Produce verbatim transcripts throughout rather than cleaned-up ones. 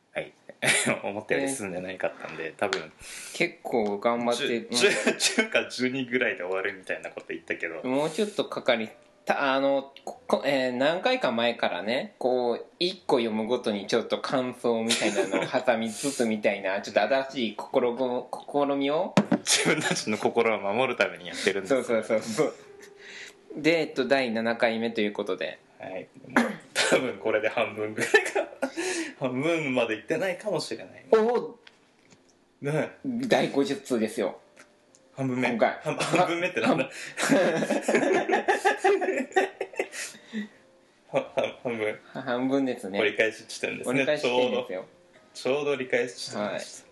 はい思ったより進んでないかったんで、えー、多分結構頑張ってじゅう, じゅう, じゅうかじゅうにぐらいで終わるみたいなこと言ったけど、 もうちょっとかかりたあのこ、えー、何回か前からねこういっこ読むごとにちょっと感想みたいなのを挟みつつみたいなちょっと新しい試みを自分たちの心を守るためにやってるんです。 そうそうそうそうで、えっと、だいななかいめということで、 はい、多分これで半分ぐらいか半分までいってないかもしれない、ね、 おお、 ね、 だいごじゅっつうですよ。 半分目今回半分目ってなんだ半分半分ですね。 折り返し地点ですね。 折り返し地点ですよ。 ちょうどちょうど折り返し地点でした。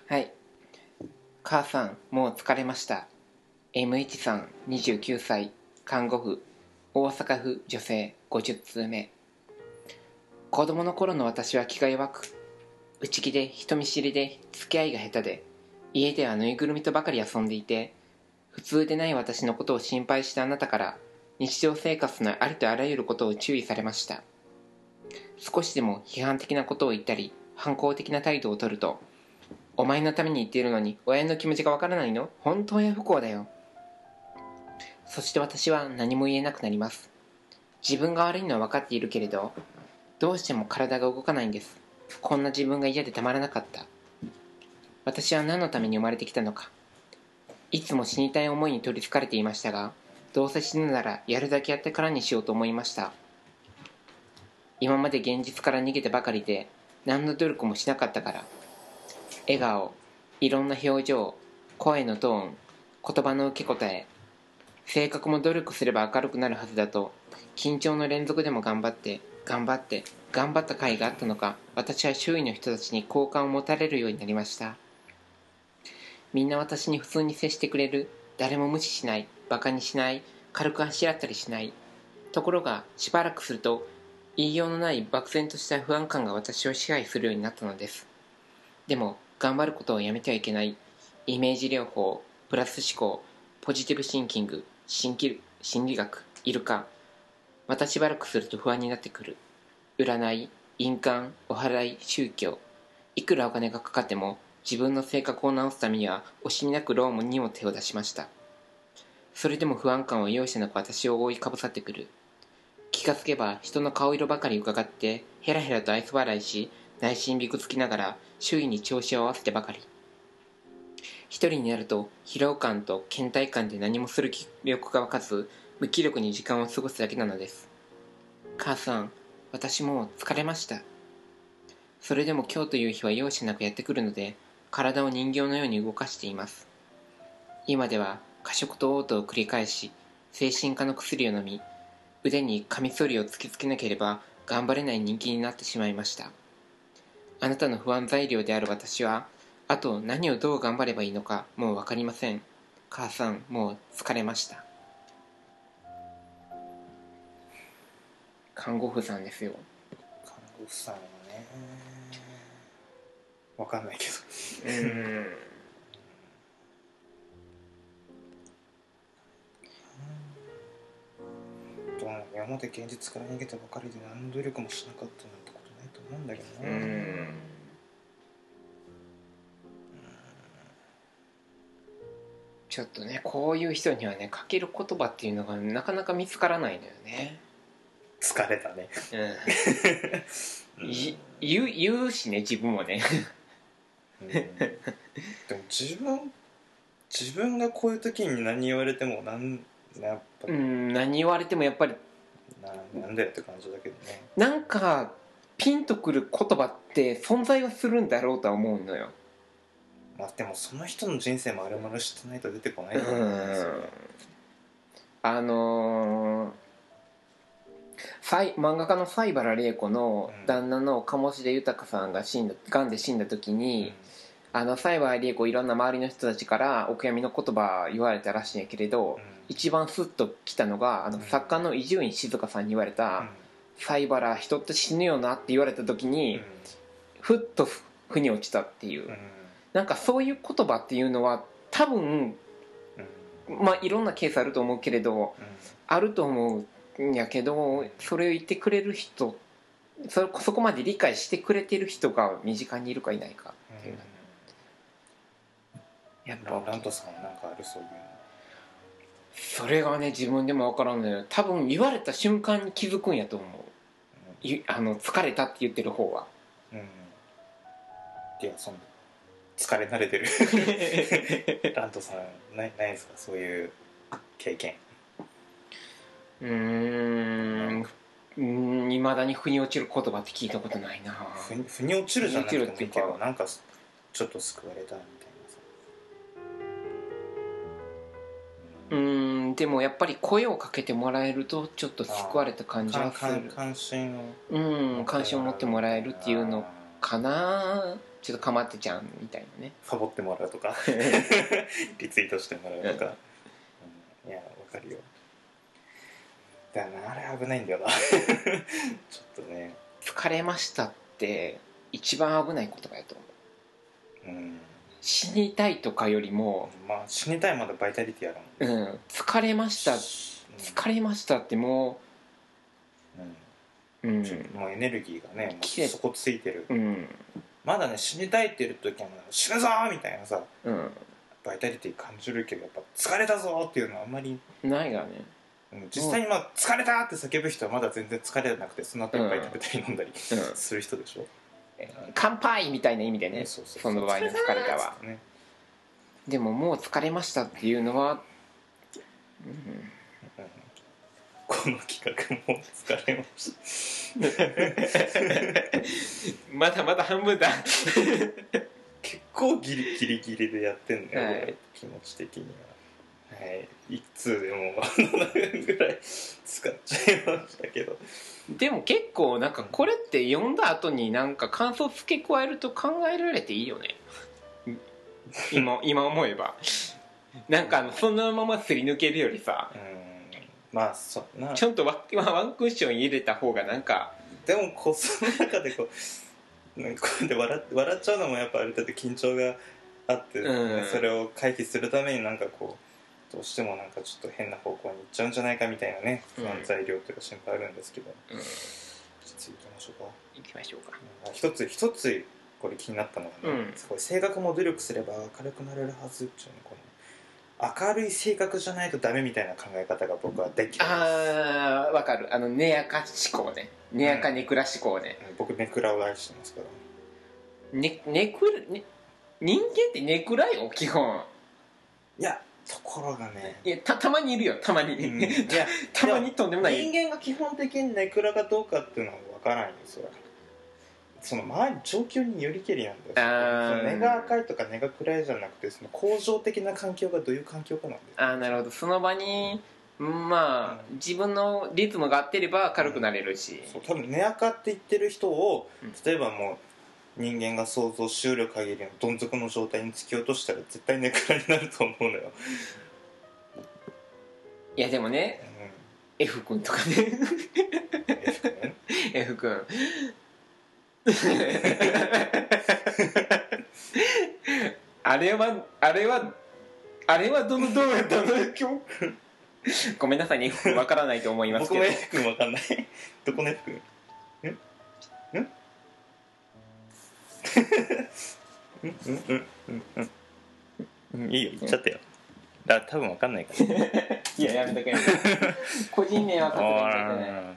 はい、はい、母さんもう疲れました。 エムいち さんにじゅうきゅうさい看護婦大阪府女性ごじゅっつうめ。子供の頃の私は気が弱く内気で人見知りで付き合いが下手で家ではぬいぐるみとばかり遊んでいて、普通でない私のことを心配したあなたから日常生活のありとあらゆることを注意されました。少しでも批判的なことを言ったり反抗的な態度をとると、お前のために言っているのに親の気持ちがわからないの？本当や不幸だよ。そして私は何も言えなくなります。自分が悪いのは分かっているけれど、どうしても体が動かないんです。こんな自分が嫌でたまらなかった。私は何のために生まれてきたのか。いつも死にたい思いに取りつかれていましたが、どうせ死ぬならやるだけやってからにしようと思いました。今まで現実から逃げてばかりで何の努力もしなかったから。笑顔、いろんな表情、声のトーン、言葉の受け答え、性格も努力すれば明るくなるはずだと、緊張の連続でも頑張って頑張って頑張った甲斐があったのか、私は周囲の人たちに好感を持たれるようになりました。みんな私に普通に接してくれる。誰も無視しない、バカにしない、軽くあしらったりしない。ところがしばらくすると言いようのない漠然とした不安感が私を支配するようになったのです。でも頑張ることをやめてはいけない。イメージ療法、プラス思考、ポジティブシンキング、心理学、イルカ。またしばらくすると不安になってくる。占い、印鑑、お祓い、宗教。いくらお金がかかっても自分の性格を直すためには惜しみなくローンにも手を出しました。それでも不安感は容赦なく私を覆いかぶさってくる。気がつけば人の顔色ばかり伺ってヘラヘラと愛想笑いし、内心びくつきながら周囲に調子を合わせてばかり。一人になると疲労感と倦怠感で何もする気力が湧かず、無気力に時間を過ごすだけなのです。母さん、私もう疲れました。それでも今日という日は容赦なくやってくるので、体を人形のように動かしています。今では過食と嘔吐を繰り返し、精神科の薬を飲み、腕にカミソリを突きつけなければ頑張れない人気になってしまいました。あなたの不安材料である私は、あと何をどう頑張ればいいのかもう分かりません。母さん、もう疲れました。看護婦さんですよ。 看護婦さんはね、分かんないけどうーん今まで現実から逃げたばかりで何の努力もしなかったなんてことないと思うんだけどな。うーんちょっとね、こういう人にはね、かける言葉っていうのがなかなか見つからないのよね。 疲れたね、 うん、い言う、言うしね、自分もねうんでも自分自分がこういう時に何言われてもなんやっぱ、 うん、何言われてもやっぱりな、なんだよって感じだけどね。 なんかピンとくる言葉って存在はするんだろうとは思うのよ。 まあでもその人の人生もあるまる知ってないと出てこないと思うんですよね。 あのー、漫画家の西原玲子の旦那の鴨志田豊さんが死んだ、がんで死んだ時に、うん、あの西原玲子いろんな周りの人たちからお悔やみの言葉言われたらしいんやけれど、うん、一番スッときたのがあの作家の伊集院静香さんに言われた、うん、西原人って死ぬよなって言われた時に、うん、ふっと腑に落ちたっていう、うん、なんかそういう言葉っていうのは多分、うん、まあいろんなケースあると思うけれど、うん、あると思うんやけど、それを言ってくれる人そそこまで理解してくれてる人が身近にいるかいないかっていうのは、 やっぱラントさんはなんかあるそういうの。 それがね自分でも分からんのよ。多分言われた瞬間に気づくんやと思う、うん、あの疲れたって言ってる方は。うん。 いやその疲れ慣れてるラントさんないないですかそういう経験。 うーんうん未だに腑に落ちる言葉って聞いたことないな。 ふ腑に落ちるじゃなくてもいいけどなんかちょっと救われたみたいなさ。 うーんでもやっぱり声をかけてもらえるとちょっと救われた感じはする。 関心をうん関心を持ってもらえるっていうのかな。ちょっとかまってちゃんみたいなね。 ファボってもらうとかリツイートしてもらうとか、うん、いやわかるよ。だからあれ危ないんだよなちょっとね。 疲れましたって一番危ない言葉やと思う、うん、死にたいとかよりも、 まあ死にたいまだバイタリティあるもん、うん、疲れました疲れましたってもう、うんうん、もうエネルギーがねもう底ついてる、うん、まだね死にたいって言う時は死ぬぞーみたいなさ、うん、バイタリティ感じるけどやっぱ疲れたぞーっていうのはあんまりないがね。 実際にまあ疲れたって叫ぶ人はまだ全然疲れなくてその後いっぱい食べたり飲んだりする人でしょ、 うんうん、乾杯みたいな意味でね、そうそうそうその場合の疲れたは、ね、でももう疲れましたっていうのは、うんうん、 この企画もう疲れましたまだまだ半分だ結構ギリギリギリでやってんのよ、はい、気持ち的には。はい、いつでもななふんぐらい使っちゃいましたけど。 でも結構なんかこれって読んだ後になんか感想付け加えると考えられていいよね今, 今思えばなんかあのそのまますり抜けるよりさ、うんまあそなちょっと ワ, ワンクッション入れた方がなんかでもこその中でこうなんかこうやって 笑, 笑っちゃうのもやっぱある程度緊張があって、ねうん、それを回避するためになんかこうどうしてもなんかちょっと変な方向に行っちゃうんじゃないかみたいなね、うん、材料というか心配あるんですけど、うん、次行きましょうか行きましょうか、 うん、一つ一つこれ気になったのがね、うん、すごい性格も努力すれば明るくなれるはずっていうのこの明るい性格じゃないとダメみたいな考え方が僕はできます。 あーわかる。あのネアカ思考ね、ネアカネクラ思考ね、 うん、僕ネクラを愛してますから、 ね、ネクラ、ね、人間ってネクラよ基本。 いやところがねいや た, たまにいるよたまに、うん、いやたまにとんでもない。 人間が基本的にネクラかどうかっていうのは分からないんですよ。その周り状況によりけりなんだよ。根が赤いとか根が暗いじゃなくてその恒常的な環境がどういう環境かなんだよ。 ああなるほど。その場にまあ、うん、自分のリズムが合ってれば軽くなれるし、 うん、そう多分根赤って言ってる人を例えばもう人間が想像しうる限りのどん底の状態に突き落としたら絶対ネクラになると思うのよ。 いやでもね、うん、F 君とかねF 君F 君あれはあれはあれはどのどのどの今日ごめんなさいね F 君わからないと思いますけど僕も F 君わかんないどこの F 君んんうんうんうんうんうんいいよ言っちゃったよ。だ多分わかんないからいややめとけやめとけ個人名は書くんじゃ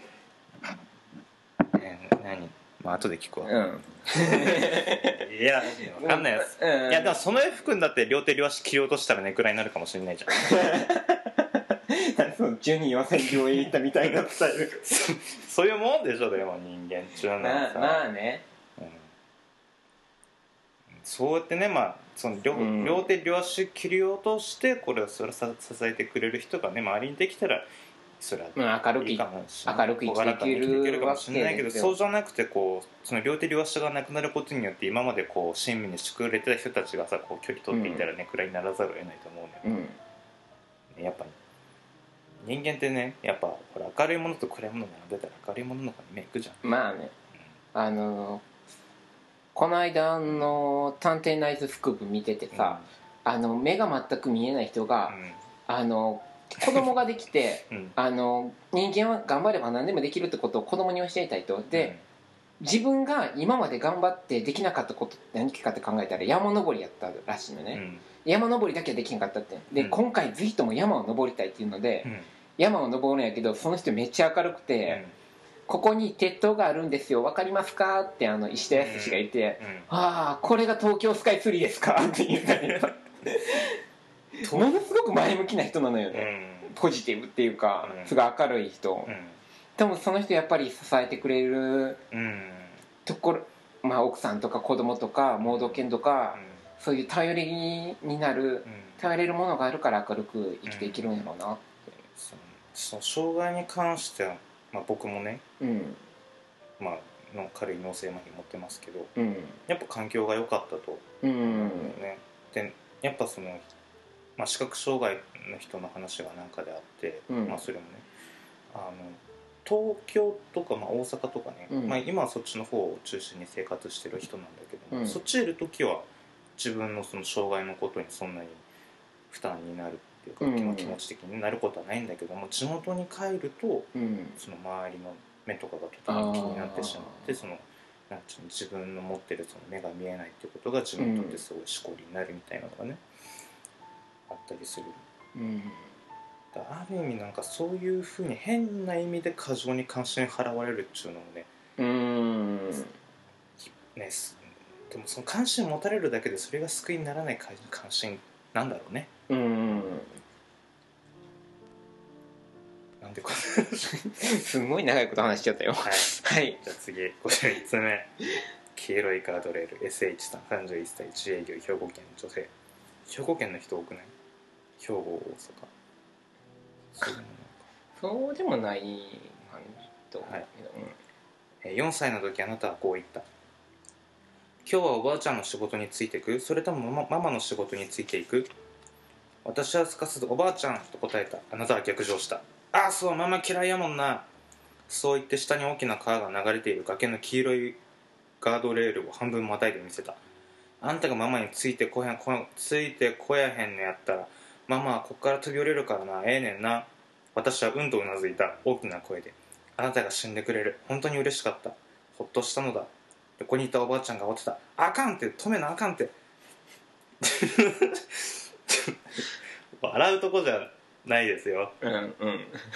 ない何まあ後で聞くわ、うん、いやわかんないやつ、うん、いやでもその F 君だって両手両足切り落としたらネクラになるかもしれないじゃんその順位は線量へ行ったみたいなスタイルそ, そういうもんでしょ。でも人間中なのさ、 まあ、まあね、うん、 そうやってねまあその 両,、うん、両手両足切り落としてこれをそれ支えてくれる人がね周りにできたらそれはいいかもしれない、 明るく生きていけるかもしれないけどそうじゃなくてこうその両手両足がなくなることによって今までこう親身に祝れてた人たちがさこう距離取っていたらね、うん、くらいにならざるを得ないと思うのよ、うん、やっぱ人間ってねやっぱこれ明るいものと暗いものが並んでたら明るいものの方に目いくじゃん。 まあね、うん、あのこの間の探偵ナイトスクープ見ててさ、うん、あの目が全く見えない人が、うん、あの子供ができて、 うん、 あの人間は頑張れば何でもできるってことを子供に教えたいと。で、うん、自分が今まで頑張ってできなかったことって何かって考えたら山登りやったらしいのね、うん、山登りだけはできなかったってで、うん、今回ぜひとも山を登りたいっていうので、うん、山を登るんやけど、その人めっちゃ明るくて、うん、ここに鉄塔があるんですよ分かりますかってあの石田康がいて、うんうん、ああこれが東京スカイツリーですかって言ったりものすごく前向きな人なのよね、うん、ポジティブっていうか、うん、すごい明るい人、うん、でもその人やっぱり支えてくれるところ、まあ、奥さんとか子供とか盲導犬とか、うん、そういう頼りになる、うん、頼れるものがあるから明るく生きていけるんやろうなって、うん、 その障害に関しては、まあ、僕もね、うん、まあ、の軽い脳性麻痺持ってますけど、うん、やっぱ環境が良かったと思うんだよね、うん、でやっぱその、まあ、視覚障害の人の話が何かであって、うん、まあ、それもねあの東京とか、まあ、大阪とかね、うん、まあ、今はそっちの方を中心に生活してる人なんだけども、うん、そっちいる時は自分のその障害のことにそんなに負担になるっていうか、うん、気持ち的になることはないんだけども、地元に帰ると、うん、その周りの目とかがとても気になってしまって、そのなんていうの、自分の持ってるその目が見えないってことが自分にとってすごいしこりになるみたいなのがね、あったりする、うん、だある意味なんかそういうふうに変な意味で過剰に関心払われるっていうのもね、うーんね、でもその関心持たれるだけでそれが救いにならない関心なんだろうね。うーんなんでこれすごい長いこと話しちゃったよ。はい、 はい、じゃあ次ごじゅういっつめ、黄色いガードレール エスエイチ さん、さんじゅういっさい、自営業、兵庫県女性。兵庫県の人多くない？兵庫、大阪、 そうそうでもない感じと思うけど、 はい、よんさいの時あなたはこう言った。今日はおばあちゃんの仕事についていく？それともママ、ママの仕事についていく？私はすかさずおばあちゃんと答えた。あなたは逆上した。ああそう、ママ嫌いやもんな。そう言って下に大きな川が流れている崖の黄色いガードレールを半分またいで見せた。あんたがママについてこやこついてこやへんのやったらママはこっから飛び降りるからな、ええねんな。私はうんとうなずいた、大きな声で。あなたが死んでくれる、本当に嬉しかった、ほっとしたのだ。横にいたおばあちゃんが慌てた。あかんって、止めなあかんって笑うとこじゃないですよ。うんうん。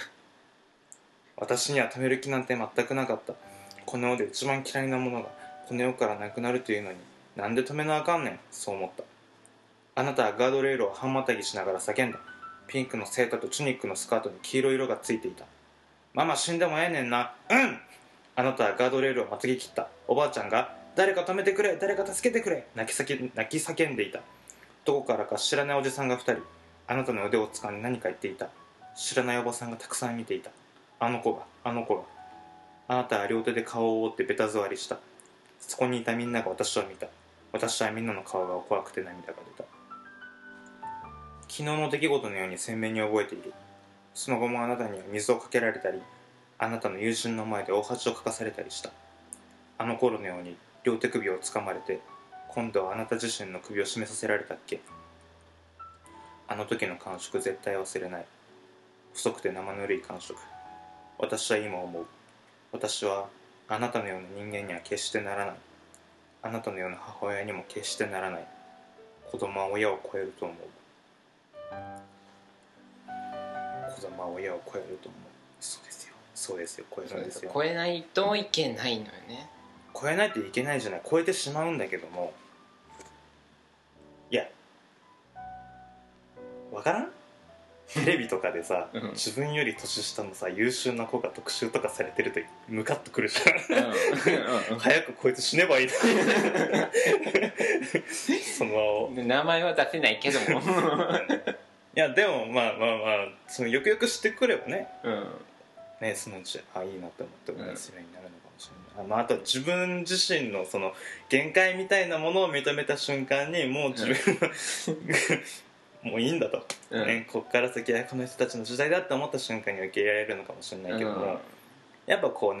私には止める気なんて全くなかった。この世で一番嫌いなものがこの世からなくなるというのになんで止めなあかんねん、そう思った。あなたはガードレールを半またぎしながら叫んだ。ピンクのセーターとチュニックのスカートに黄色い色がついていた。ママ死んでもええねんな。うん。あなたはガードレールをまたぎ切った。おばあちゃんが誰か止めてくれ、誰か助けてくれ、泣き叫泣き叫んでいた。どこからか知らないおじさんがふたり、あなたの腕を掴んで何か言っていた。知らないおばさんがたくさん見ていた。あの子が、あの子が。あなたは両手で顔を覆ってベタ座りした。そこにいたみんなが私を見た。私はみんなの顔が怖くて涙が出た。昨日の出来事のように鮮明に覚えている。その後もあなたには水をかけられたり、あなたの友人の前で大恥をかかされたりした。あの頃のように両手首を掴まれて、今度はあなた自身の首を絞めさせられたっけ。あの時の感触絶対忘れない。細くて生ぬるい感触。私は今思う。私はあなたのような人間には決してならない。あなたのような母親にも決してならない。子供は親を超えると思う。子供は親を超えると思う。そうですよ、そうですよ、超えるんですよ。 超えないといけないのよね。 超えないといけないじゃない、超えてしまうんだけども、いやわからん。テレビとかでさ、うん、自分より年下のさ優秀な子が特集とかされてるとムカッとくるじゃん、うん、早くこいつ死ねばいいその名前は出せないけどもいやでもまあまあまあそのよくよく知ってくればね、うん、ね、そのうちあいいなって思ってもらえるようになるのかもしれない、うん、あ, まあ、あと自分自身のその限界みたいなものを認めた瞬間にもう自分の、うん、もういいんだと、うんね、こっから先はこの人たちの時代だって思った瞬間に受け入れられるのかもしれないけども、うん、やっぱこうね、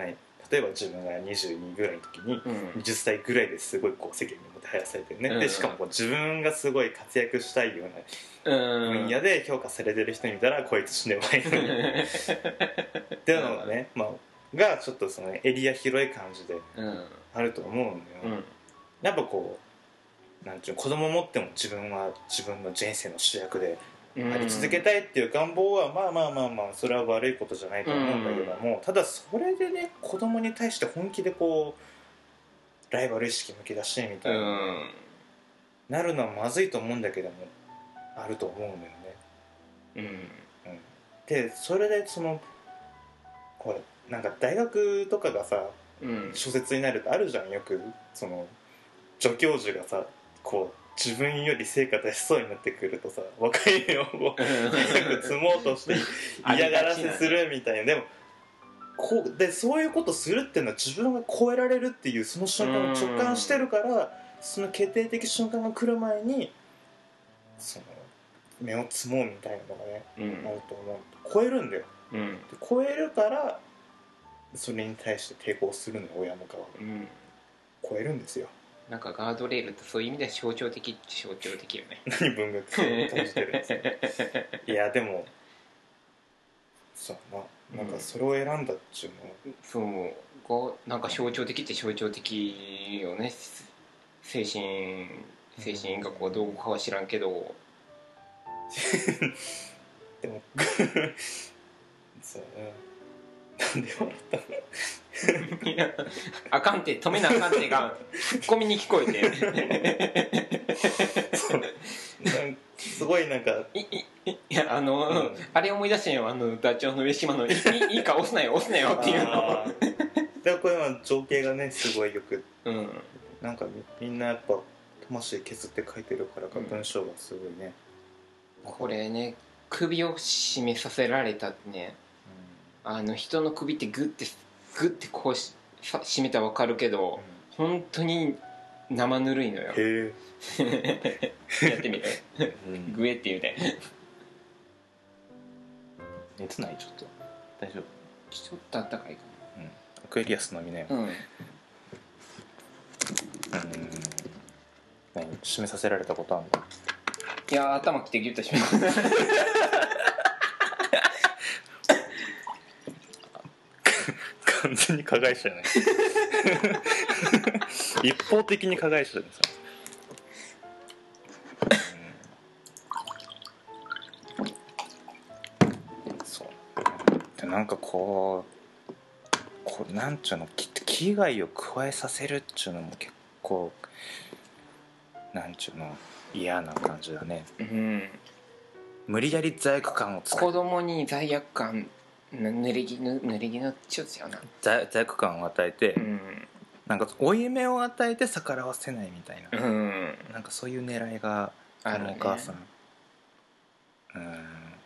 例えば自分がにじゅうにぐらいの時に、うん、はたちぐらいですごいこう世間にもてはやされてるね、うん、でしかもこう自分がすごい活躍したいような分野で評価されてる人に見たら、うん、こいつ死ねばいいのにっていうのがね、まあ、がちょっとそのエリア広い感じであると思うんだよ、うん、やっぱこうなんていうの、子供持っても自分は自分の人生の主役であり続けたいっていう願望はまあまあまあまあそれは悪いことじゃないと思うんだけども、うん、ただそれでね子供に対して本気でこうライバル意識むき出してみたいな、うん、なるのはまずいと思うんだけどもあると思うんだよね、うんうん、でそれでそのこれなんか大学とかがさ、うん、小説になるとあるじゃん、よくその助教授がさこう自分より成果出しそうになってくるとさ、若いのを早く積もうとして嫌がらせするみたいな。でもこうでそういうことするっていうのは自分が超えられるっていうその瞬間を直感してるから、その決定的瞬間が来る前にその目を積もうみたいなのがね、うん、あると思う。超えるんだよ、うん、で超えるからそれに対して抵抗するのよ、親の側が、うん、超えるんですよ。 なんかガードレールってそういう意味では象徴的っちゃ象徴的よね。 何文学性を感じてるんですかいやでもそうな、なんかそれを選んだっちゅうのは、 うん、そうなんか象徴的って象徴的よね。精神精神学はどうかは知らんけどでもそうね、なんで笑ったのいやあかんて止めなあかんてがツッコミに聞こえてそうなんすごいなんかいいいやあの、うん、あれ思い出したよ、あのダチョウの上島のいいいいか押すなよ押すなよっていうのでこれは情景がねすごいよく、うん、なんかみんなやっぱ魂削って書いてるからか、うん、文章がすごいね。 これね首を絞めさせられたってね、うん、あの人の首ってグッてグッてこうし締めたら分かるけど、うん、本当に生ぬるいのよ。へえやってみて、うん、グエって言うて熱ない？ちょっと大丈夫？ ちょっとあったかいかな、うん、アクエリアス飲みなよ。うん、うん、何締めさせられたことあるの？ いや頭きてギュッと締め完全に加害者じゃない一方的に加害者ですよ、うん、そうでなんかこうこうなんちゅうの危害を加えさせるっちゅうのも結構なんちゅうの嫌な感じだね、うん、無理やり罪悪感を使う子供に罪悪感ぬれぎぬぬれぎのちょっとよな罪, 罪悪感を与えて、うん、なんか負い目を与えて逆らわせないみたいな、うん、なんかそういう狙いがある、ね、お母さん、うん、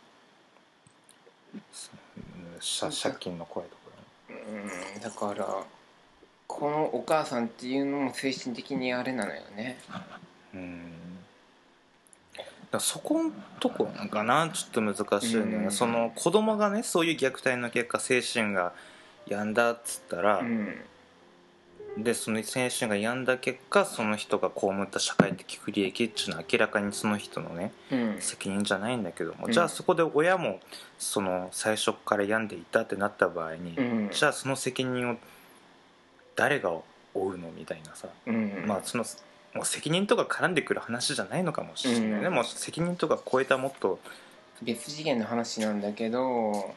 借金の声とか、 うん、だからこのお母さんっていうのも精神的にあれなのよね、うん、 だそこのとこなんかなちょっと難しいのよ、うん、その子供がねそういう虐待の結果精神が病んだっつったら、うん、でその精神が病んだ結果その人が被った社会的不利益っていうのは明らかにその人のね、うん、責任じゃないんだけども、うん、じゃあそこで親もその最初から病んでいたってなった場合に、うん、じゃあその責任を誰が負うのみたいなさ、うん、まあそのもう責任とか絡んでくる話じゃないのかもしれないね、うん、もう責任とか超えたもっと別次元の話なんだけど、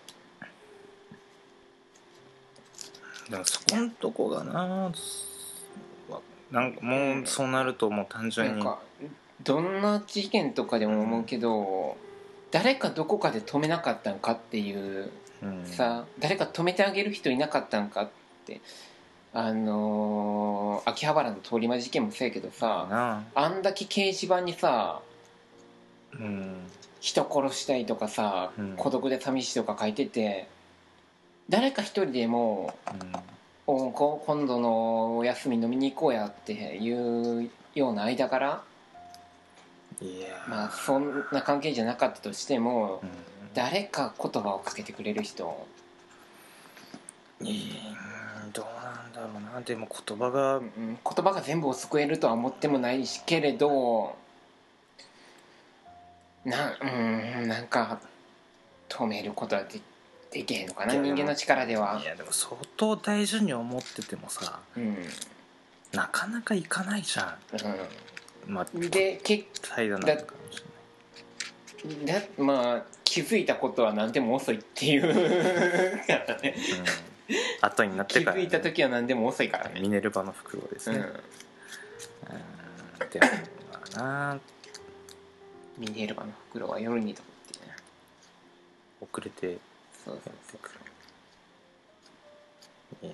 でもそこんとこがななんかもうそうなるともう単純に、 なんかどんな事件とかでも思うけど、うん、誰かどこかで止めなかったんかっていう、うん、さ誰か止めてあげる人いなかったんかってあのー、秋葉原の通り魔事件もそうやけどさ、あんだけ掲示板にさ、うん、人殺したいとかさ、うん、孤独で寂しいとか書いてて誰か一人でも、うん、お今度のお休み飲みに行こうやっていうような間柄、いやまあそんな関係じゃなかったとしても、うん、誰か言葉をかけてくれる人、 いいどうろうな。でも言葉が、 うん、言葉が全部を救えるとは思ってもないしけれどな、うん、なんか止めることはでできへんのかな、人間の力では。 いやでも相当大事に思っててもさ、 うん、 なかなかいかないじゃん、 うん、 まあで結態度なのかもしれないだまあ気づいたことは何でも遅いっていうからね、 うん、後になってから、ね、 気づいた時は何でも遅いからね。 ミネルヴァの複合ですね、 うん、 うん、でもまあな、 ミネルヴァの袋は夜にとってね、 遅れてやそうそうってくる。いや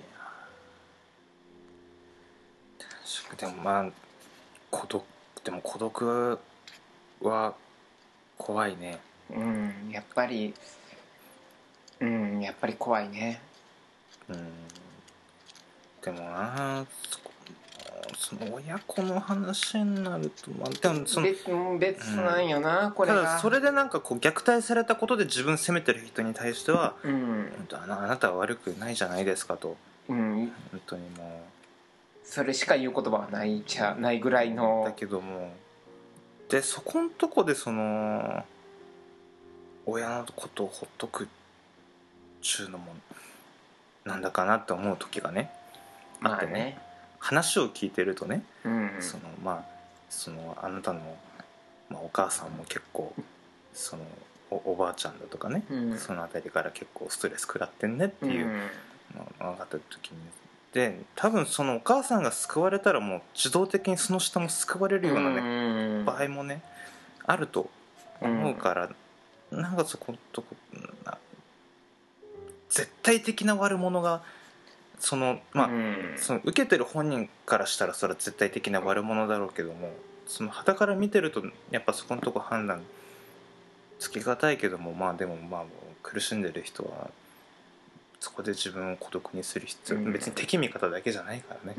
でもまあ孤独でも孤独は怖いね。 そう、うん、やっぱりうんやっぱり怖いね。 うん、でもな、その親子の話になると、まあ、でもその別別なんよな、うん、これが。 ただそれでなんかこう虐待されたことで自分責めてる人に対しては、 うん、 あな、あなたは悪くないじゃないですかと、 うん、 本当にもうそれしか言う言葉はないじゃないぐらいの。 だけども、でそこんとこでその親のことをほっとくっちゅうのもなんだかなって思う時がねあってね、まあね、話を聞いてるとね、うん、そのまあそのあなたの、まあ、お母さんも結構その お, おばあちゃんだとかね、うん、そのあたりから結構ストレス食らってんねっていうのが分かった時に、で多分そのお母さんが救われたらもう自動的にその下も救われるようなね、うん、場合もねあると思うから、うん、なんかそこのとこ絶対的な悪者がそのまあ、うん、その受けてる本人からしたらそれは絶対的な悪者だろうけども、その傍から見てるとやっぱそこのとこ判断つきがたいけども、まあでもまあ苦しんでる人はそこで自分を孤独にする必要、うん、別に敵味方だけじゃないからね、うん、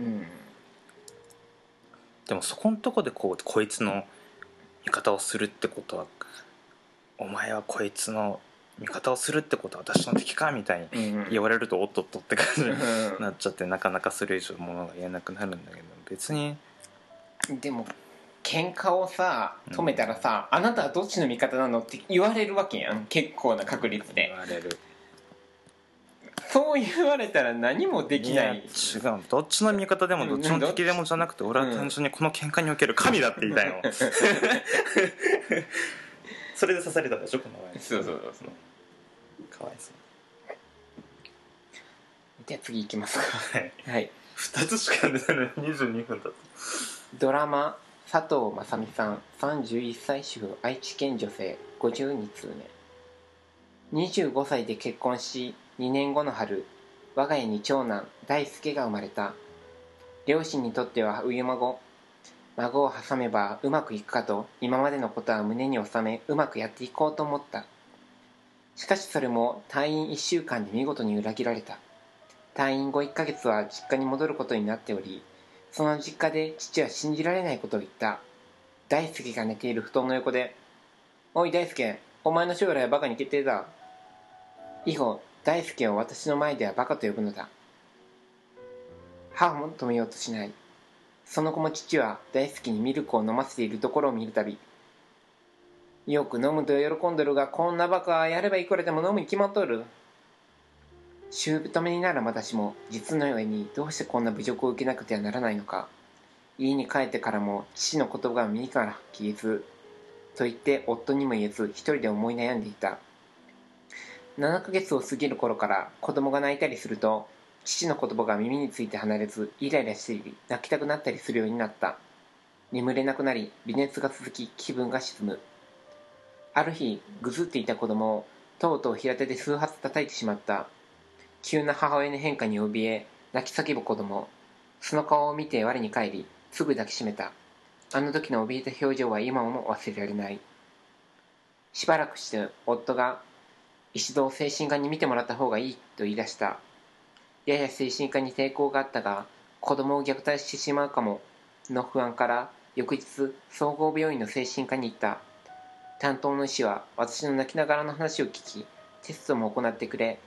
でもそこのとこでこうこいつの味方をするってことは、お前はこいつの味方をするってことは私の敵かみたいに言われると、うん、おっとっとって感じになっちゃって、なかなかそれ以上ものが言えなくなるんだけど、別にでも喧嘩をさ止めたらさ、うん、あなたはどっちの味方なのって言われるわけやん、結構な確率で言われる。 そう言われたら何もできない。 いや違う、どっちの味方でもどっちの敵でもじゃなくて、俺は単純にこの喧嘩における神だって言いたいの、うん、それで刺されたでしょこの前。 そうそうそうそう、 かわいそう。 じゃあ次いきますか。 はい、 はい、 ふたつしか出ないのににじゅうにふんだった。 ドラマ佐藤雅美さん、さんじゅういっさい主婦、愛知県女性、ごじゅうに通目。にじゅうごさいで結婚し、にねんごの春、我が家に長男大輔が生まれた。両親にとっては初孫。孫を挟めばうまくいくかと、今までのことは胸に収め、うまくやっていこうと思った。しかしそれも退院いっしゅうかんで見事に裏切られた。退院後いっかげつは実家に戻ることになっており、その実家で父は信じられないことを言った。大輔が寝ている布団の横で、おい大輔、お前の将来はバカに決定だ。以後、大輔を私の前ではバカと呼ぶのだ。母も止めようとしない。その後も父は大輔にミルクを飲ませているところを見るたび、よく飲むと喜んどるが、こんなバカはやればいくらでも飲むに決まっとる。姑になる私も実の上にどうしてこんな侮辱を受けなくてはならないのか。家に帰ってからも父の言葉が耳から消えず、と言って夫にも言えず一人で思い悩んでいた。ななかげつを過ぎる頃から子供が泣いたりすると、父の言葉が耳について離れず、イライラしたり泣きたくなったりするようになった。眠れなくなり、微熱が続き、気分が沈む。ある日、ぐずっていた子供をとうとう平手で数発叩いてしまった。急な母親の変化に怯え、泣き叫ぶ子供。その顔を見て我に返り、すぐ抱きしめた。あの時の怯えた表情は今も忘れられない。しばらくして夫が、一度精神科に診てもらった方がいいと言い出した。やや精神科に抵抗があったが、子供を虐待してしまうかもの不安から、翌日総合病院の精神科に行った。担当の医師は私の泣きながらの話を聞き、テストも行ってくれ、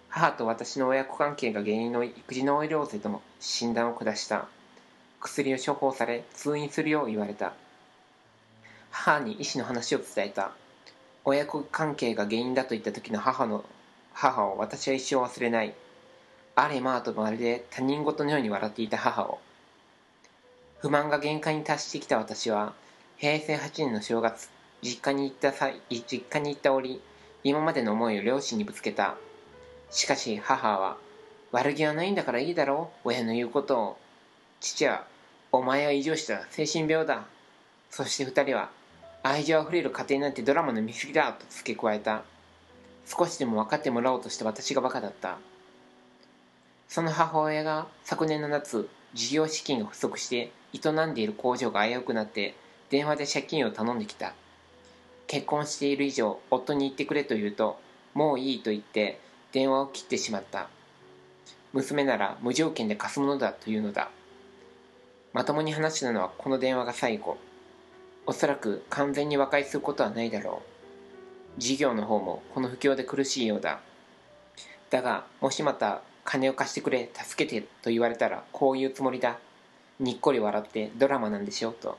母と私の親子関係が原因の育児ノイローゼとの診断を下した。薬を処方され通院するよう言われた。母に医師の話を伝えた。親子関係が原因だと言った時の母の母を私は一生忘れない。あれまあとまるで他人事のように笑っていた母を。不満が限界に達してきた私はへいせいはちねんの正月、実家に行った際実家に行った折、今までの思いを両親にぶつけた。しかし母は、悪気はないんだからいいだろう、親の言うことを。父は、お前は異常した精神病だ。そして二人は、愛情あふれる家庭なんてドラマの見過ぎだと付け加えた。少しでも分かってもらおうとした私がバカだった。その母親が昨年の夏、事業資金が不足して営んでいる工場が危うくなって電話で借金を頼んできた。結婚している以上夫に言ってくれと言うと、もういいと言って電話を切ってしまった。娘なら無条件で貸すものだというのだ。まともに話したのはこの電話が最後。おそらく完全に和解することはないだろう。事業の方もこの不況で苦しいようだ。だがもしまた金を貸してくれ助けてと言われたらこういうつもりだ。にっこり笑ってドラマなんでしょと。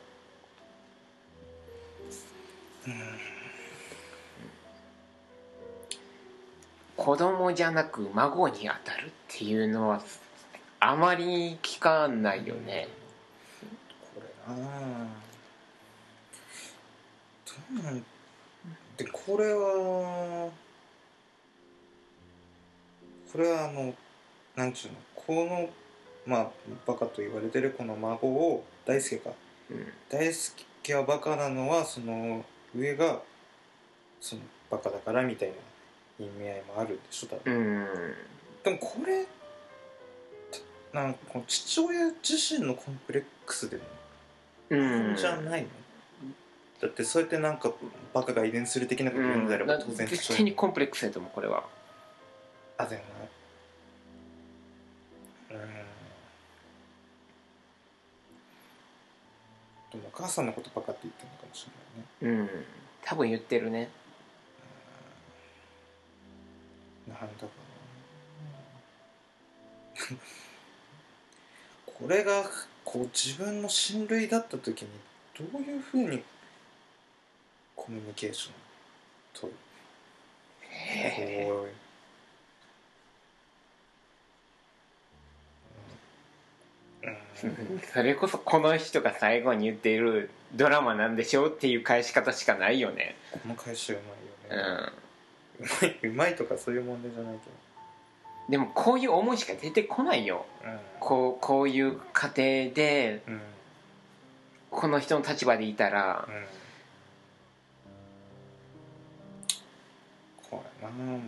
うん、子供じゃなく孫に当たるっていうのはあまり聞かないよね。 これなあどうなんでこれはこれはあのなんちゅうのこのまあバカと言われてるこの孫を大輔か、うん、大輔はバカなのはその上がそのバカだからみたいな意味合いもあるでしょ多分、うん、でもこれなんかこの父親自身のコンプレックスでもあるんじゃないの、うん、だってそうやってなんかバカが遺伝する的なこと言うんであれば当然、 うん、絶対にコンプレックスだと思うこれは。 あでもうんでもお母さんのことバカって言ってるのかもしれないね。 うん多分言ってるね。 なんだかなこれがこう自分の親類だった時にどういうふうにコミュニケーション取るへーそれこそこの人が最後に言っているドラマなんでしょうっていう返し方しかないよね。 この返しうまいよね、うん、うまいうまいとかそういう問題じゃないけどでもこういう思いしか出てこないよ、うん、こう、こういう家庭で、うん、この人の立場でいたら、うん、 これな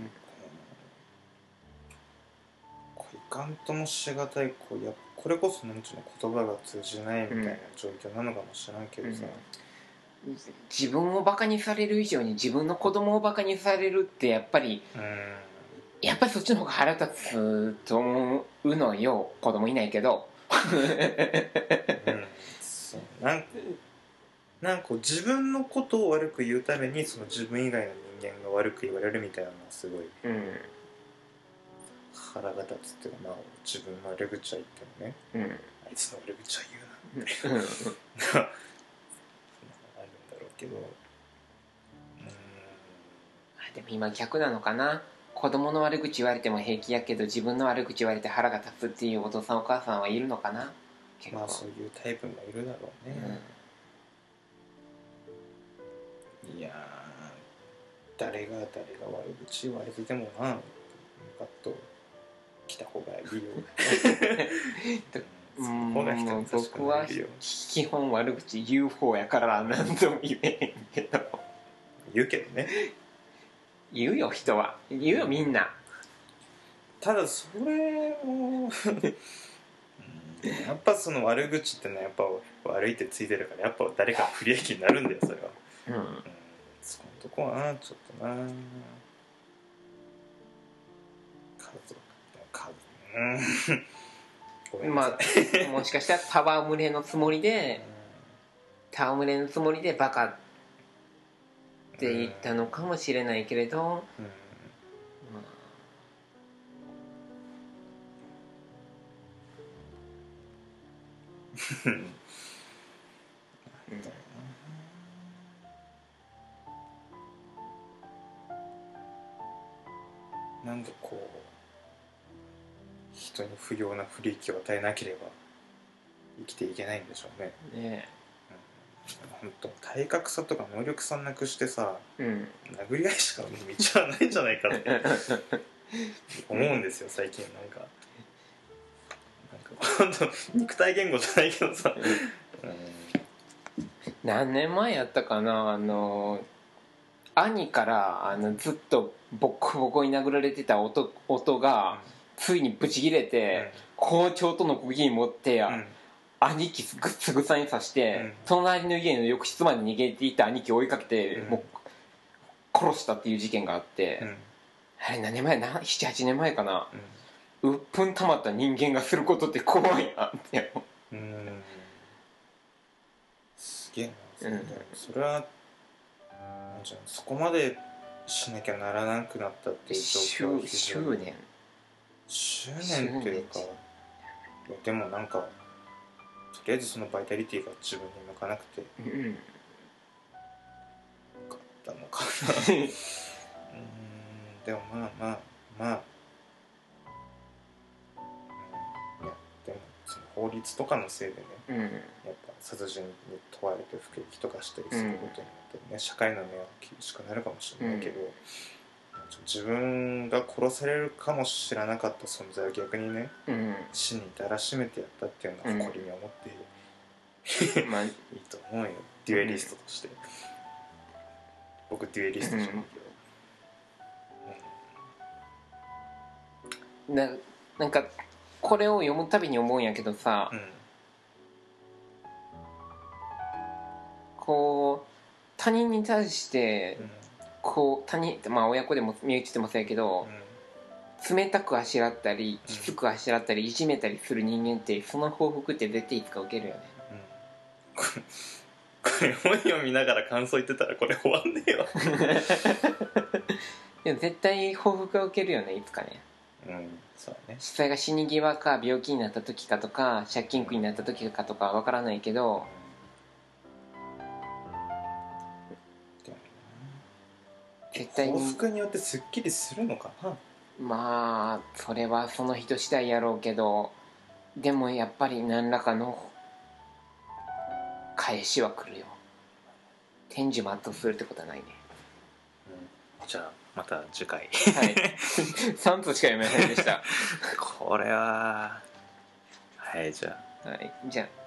これいかんともしがたいこうやこれこそなんちゅうの言葉が通じないみたいな状況なのかもしれないけどさ、 うん、自分をバカにされる以上に自分の子供をバカにされるってやっぱり、うんやっぱりそっちの方が腹立つと思うのよ。子供いないけど、うん、 そうなんかなんか自分のことを悪く言うためにその自分以外の人間が悪く言われるみたいなのはすごい、うん、腹が立つっていうか、まあ、自分の悪口は言ってもね、うん、あいつの悪口は言うなって、うん、あるんだろうけど、うん、 でも今逆なのかな。子供の悪口言われても平気やけど自分の悪口言われて腹が立つっていうお父さんお母さんはいるのかな。 結構まあそういうタイプもいるだろうね、うん、いや誰が誰が悪口言われててもなパッと来た方がいいようん僕は基本悪口言う方やから何とも言えへんけど言うけどね言うよ人は言うよみんな。 ただそれをやっぱその悪口ってのはやっぱ悪いってついてるからやっぱ誰か不利益になるんだよそれは、うんうん、そのとこはなちょっとな数数うんまあもしかしたら戯れのつもりで戯れのつもりでバカって言ったのかもしれないけれど、うんまなんでこう人に不要な不利益を与えなければ生きていけないんでしょうね。 ねえ、うん、本当体格差とか能力差なくしてさ、 うん、 殴り合いしか道はないんじゃないかって思うんですよ最近。なんかなんか本当肉体言語じゃないけどさ、うん、 何年前やったかな、あの兄からあのずっとボッコボコに殴られてた 音, 音が、うん、ついにブチ切れて、うん、包丁との釘に持ってや、うん、兄貴ぐっつぐさに刺して、うん、隣の家の浴室まで逃げていた兄貴を追いかけて、うん、もう殺したっていう事件があって、うん、あれ何年前ななはちねんまえかな、うん、うっぷんたまった人間がすることって怖いなって。うん、 すげえなそれ、うん、それはじゃあそこまでしなきゃならなくなったっていう状況は執念執念っていうか、いやでもなんかとりあえずそのバイタリティが自分に向かなくて、うん、よかったのかなうんでもまあまあまあ、うん、いやでもその法律とかのせいでね、うん、やっぱ殺人に問われて服役とかしたりすることによってね、うん、社会の目は厳しくなるかもしれないけど、うん、自分が殺されるかもしれなかった存在を逆にね、うん、死にだらしめてやったっていうのは誇りに思って、うん、まあいいと思うよ、デュエリストとして、うん、僕デュエリストじゃないけど、うん、な, なんかこれを読むたびに思うんやけどさ、うん、こう他人に対して、うんこう他人、まあ親子でも身内でもそうやけど、うん、冷たくあしらったりきつくあしらったり、うん、いじめたりする人間ってその報復って絶対いつか受けるよね、 うん、これ本読みながら感想言ってたらこれ終わんねえわでも絶対報復は受けるよねいつかね、 うん、そうね、 実際が死に際か病気になった時かとか借金苦になった時かとかわからないけど、 絶対に幸福によってすっきりするのかな。 まあそれはその人次第やろうけど、でもやっぱり何らかの返しは来るよ。天寿全うするってことはないね、 うん、じゃあまた次回はいさんつしか読めませんでしたこれははいじゃあはいじゃあ